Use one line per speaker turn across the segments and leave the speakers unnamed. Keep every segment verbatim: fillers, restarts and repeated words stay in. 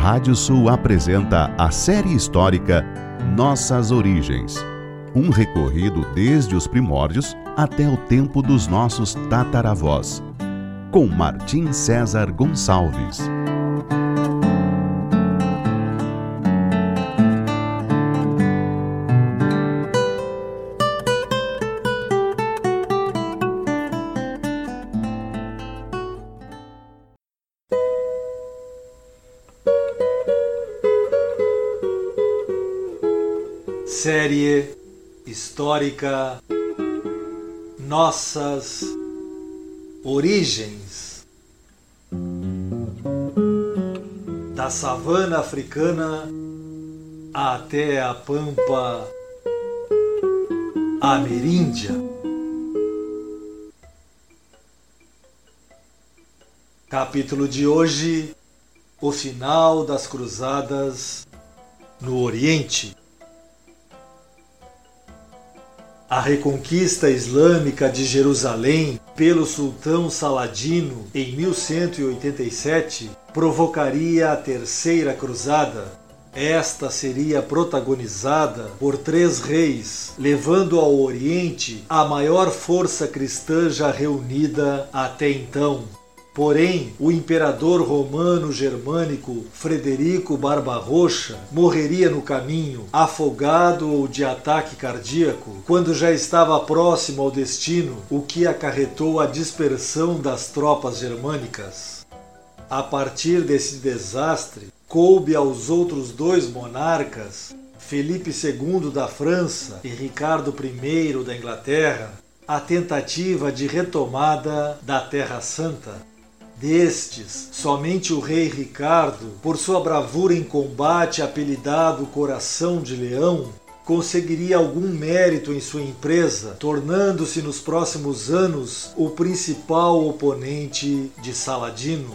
Rádio Sul apresenta a série histórica Nossas Origens. Um recorrido desde os primórdios até o tempo dos nossos tataravós. Com Martim César Gonçalves.
Série histórica Nossas Origens. Da savana africana até a pampa ameríndia. Capítulo de hoje: o final das cruzadas no Oriente. A reconquista islâmica de Jerusalém pelo sultão Saladino em mil cento e oitenta e sete provocaria a Terceira Cruzada. Esta seria protagonizada por três reis, levando ao Oriente a maior força cristã já reunida até então. Porém, o imperador romano-germânico Frederico Barbarroxa morreria no caminho, afogado ou de ataque cardíaco, quando já estava próximo ao destino, o que acarretou a dispersão das tropas germânicas. A partir desse desastre, coube aos outros dois monarcas, Felipe segundo da França e Ricardo primeiro da Inglaterra, a tentativa de retomada da Terra Santa. Destes, somente o rei Ricardo, por sua bravura em combate apelidado Coração de Leão, conseguiria algum mérito em sua empresa, tornando-se nos próximos anos o principal oponente de Saladino.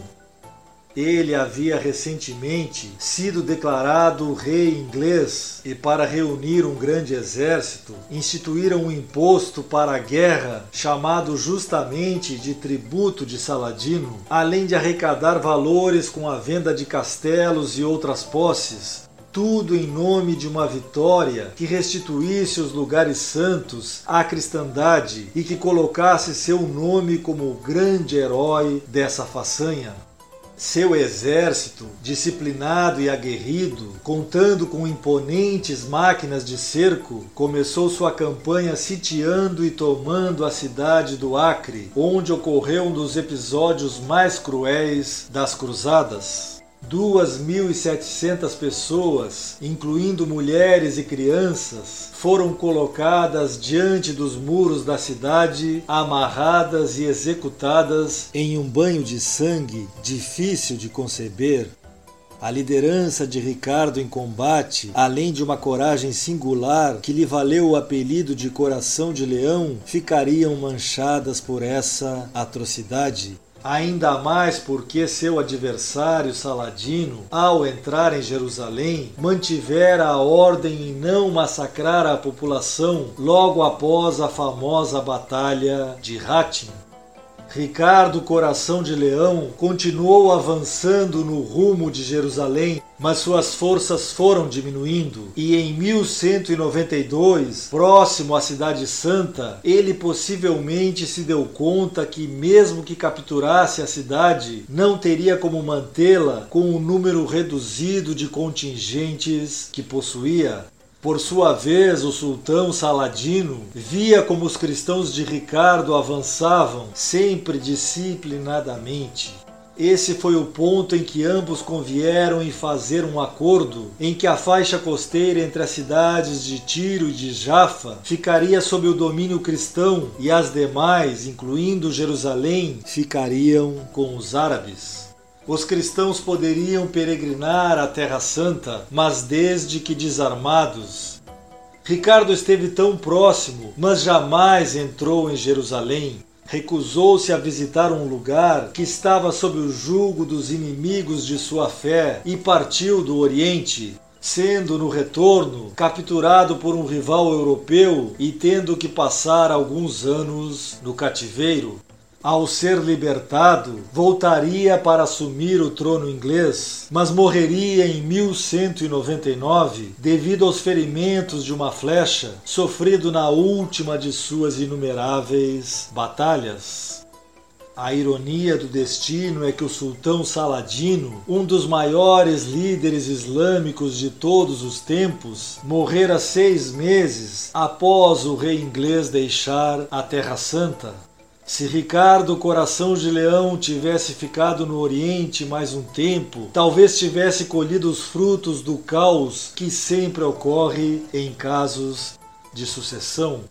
Ele havia recentemente sido declarado rei inglês e, para reunir um grande exército, instituíram um imposto para a guerra chamado justamente de Tributo de Saladino, além de arrecadar valores com a venda de castelos e outras posses, tudo em nome de uma vitória que restituísse os lugares santos à cristandade e que colocasse seu nome como o grande herói dessa façanha. Seu exército, disciplinado e aguerrido, contando com imponentes máquinas de cerco, começou sua campanha sitiando e tomando a cidade do Acre, onde ocorreu um dos episódios mais cruéis das cruzadas. Duas mil e setecentas pessoas, incluindo mulheres e crianças, foram colocadas diante dos muros da cidade, amarradas e executadas em um banho de sangue difícil de conceber. A liderança de Ricardo em combate, além de uma coragem singular que lhe valeu o apelido de Coração de Leão, ficariam manchadas por essa atrocidade. Ainda mais porque seu adversário Saladino, ao entrar em Jerusalém, mantivera a ordem em não massacrar a população logo após a famosa Batalha de Hattin. Ricardo Coração de Leão continuou avançando no rumo de Jerusalém, mas suas forças foram diminuindo e em mil cento e noventa e dois, próximo à Cidade Santa, ele possivelmente se deu conta que, mesmo que capturasse a cidade, não teria como mantê-la com o número reduzido de contingentes que possuía. Por sua vez, o sultão Saladino via como os cristãos de Ricardo avançavam, sempre disciplinadamente. Esse foi o ponto em que ambos convieram em fazer um acordo em que a faixa costeira entre as cidades de Tiro e de Jafa ficaria sob o domínio cristão e as demais, incluindo Jerusalém, ficariam com os árabes. Os cristãos poderiam peregrinar à Terra Santa, mas desde que desarmados. Ricardo esteve tão próximo, mas jamais entrou em Jerusalém. Recusou-se a visitar um lugar que estava sob o jugo dos inimigos de sua fé e partiu do Oriente, sendo no retorno capturado por um rival europeu e tendo que passar alguns anos no cativeiro. Ao ser libertado, voltaria para assumir o trono inglês, mas morreria em mil cento e noventa e nove devido aos ferimentos de uma flecha sofrido na última de suas inumeráveis batalhas. A ironia do destino é que o sultão Saladino, um dos maiores líderes islâmicos de todos os tempos, morrera seis meses após o rei inglês deixar a Terra Santa. Se Ricardo Coração de Leão tivesse ficado no Oriente mais um tempo, talvez tivesse colhido os frutos do caos que sempre ocorre em casos de sucessão.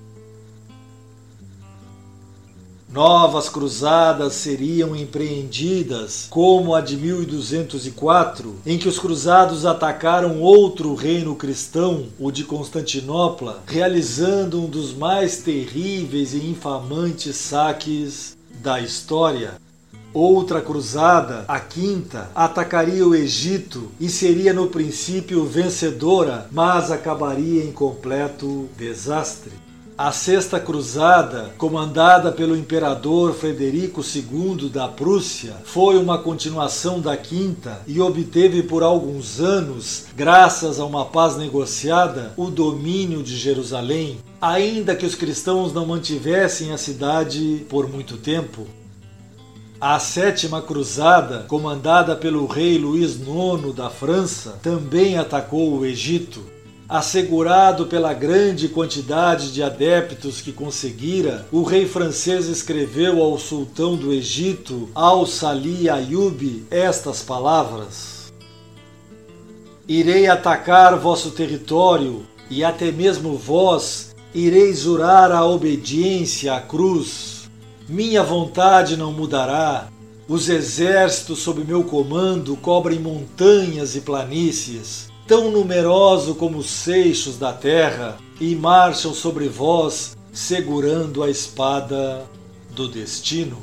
Novas cruzadas seriam empreendidas, como a de mil duzentos e quatro, em que os cruzados atacaram outro reino cristão, o de Constantinopla, realizando um dos mais terríveis e infamantes saques da história. Outra cruzada, a quinta, atacaria o Egito e seria no princípio vencedora, mas acabaria em completo desastre. A Sexta Cruzada, comandada pelo imperador Frederico segundo da Prússia, foi uma continuação da Quinta e obteve por alguns anos, graças a uma paz negociada, o domínio de Jerusalém, ainda que os cristãos não mantivessem a cidade por muito tempo. A Sétima Cruzada, comandada pelo rei Luís nono da França, também atacou o Egito. Assegurado pela grande quantidade de adeptos que conseguira, o rei francês escreveu ao sultão do Egito, Al-Salih Ayyub, estas palavras: Irei atacar vosso território, e até mesmo vós ireis jurar a obediência à cruz. Minha vontade não mudará. Os exércitos sob meu comando cobrem montanhas e planícies, tão numeroso como os seixos da terra, e marcham sobre vós, segurando a espada do destino.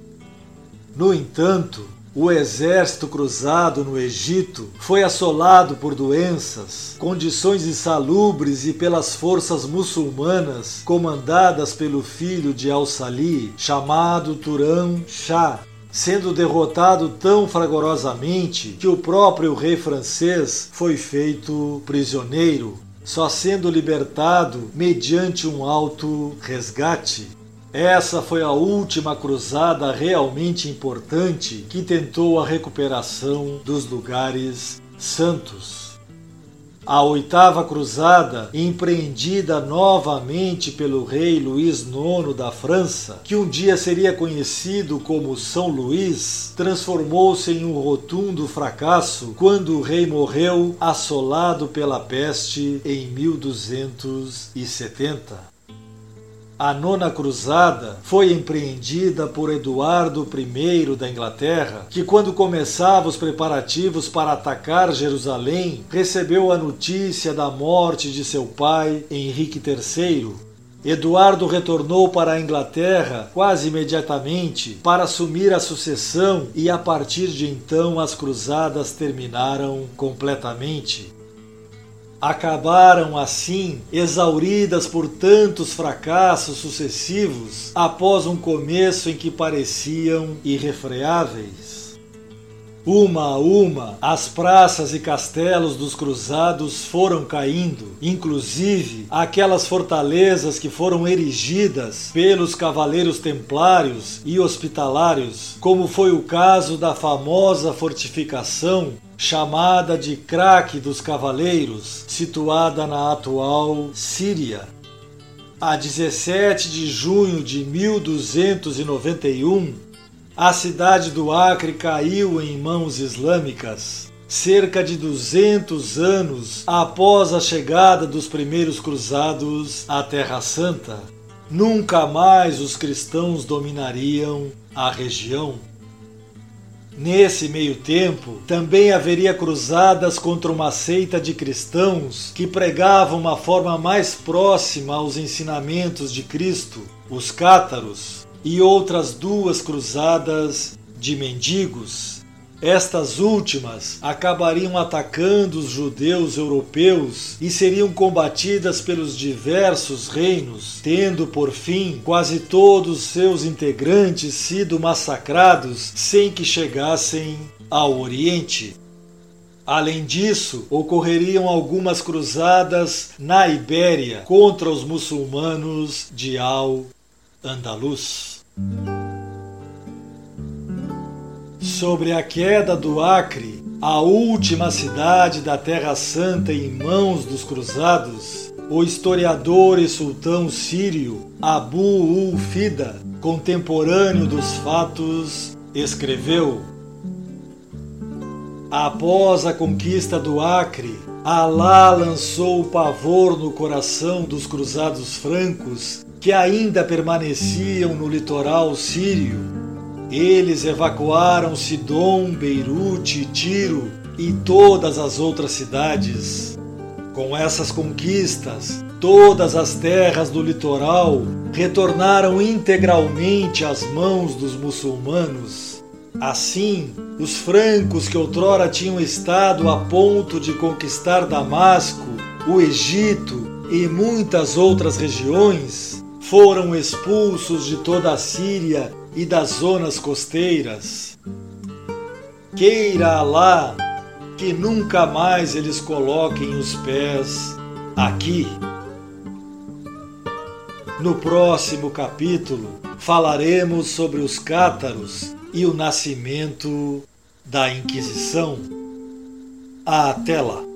No entanto, o exército cruzado no Egito foi assolado por doenças, condições insalubres e pelas forças muçulmanas comandadas pelo filho de Al-Salih, chamado Turan-Shah, sendo derrotado tão fragorosamente que o próprio rei francês foi feito prisioneiro, só sendo libertado mediante um alto resgate. Essa foi a última cruzada realmente importante que tentou a recuperação dos lugares santos. A Oitava Cruzada, empreendida novamente pelo rei Luís nono da França, que um dia seria conhecido como São Luís, transformou-se em um rotundo fracasso quando o rei morreu assolado pela peste em mil duzentos e setenta. A Nona Cruzada foi empreendida por Eduardo I da Inglaterra, que quando começava os preparativos para atacar Jerusalém, recebeu a notícia da morte de seu pai, Henrique terceiro. Eduardo retornou para a Inglaterra quase imediatamente para assumir a sucessão e a partir de então as cruzadas terminaram completamente. Acabaram assim, exauridas por tantos fracassos sucessivos, após um começo em que pareciam irrefreáveis. Uma a uma, as praças e castelos dos cruzados foram caindo, inclusive aquelas fortalezas que foram erigidas pelos cavaleiros templários e hospitalários, como foi o caso da famosa fortificação chamada de Craque dos Cavaleiros, situada na atual Síria. A dezessete de junho de mil duzentos e noventa e um, a cidade do Acre caiu em mãos islâmicas, cerca de duzentos anos após a chegada dos primeiros cruzados à Terra Santa. Nunca mais os cristãos dominariam a região. Nesse meio tempo, também haveria cruzadas contra uma seita de cristãos que pregavam uma forma mais próxima aos ensinamentos de Cristo, os cátaros, e outras duas cruzadas de mendigos. Estas últimas acabariam atacando os judeus europeus e seriam combatidas pelos diversos reinos, tendo por fim quase todos seus integrantes sido massacrados sem que chegassem ao Oriente. Além disso, ocorreriam algumas cruzadas na Ibéria contra os muçulmanos de Al-Andalus. Sobre a queda do Acre, a última cidade da Terra Santa em mãos dos cruzados, o historiador e sultão sírio Abu-ul-Fida, contemporâneo dos fatos, escreveu: após a conquista do Acre, Alá lançou o pavor no coração dos cruzados francos que ainda permaneciam no litoral sírio. Eles evacuaram Sidom, Beirute, Tiro e todas as outras cidades. Com essas conquistas, todas as terras do litoral retornaram integralmente às mãos dos muçulmanos. Assim, os francos que outrora tinham estado a ponto de conquistar Damasco, o Egito e muitas outras regiões, foram expulsos de toda a Síria e das zonas costeiras. Queira Alá que nunca mais eles coloquem os pés aqui. No próximo capítulo falaremos sobre os cátaros e o nascimento da Inquisição. Até lá!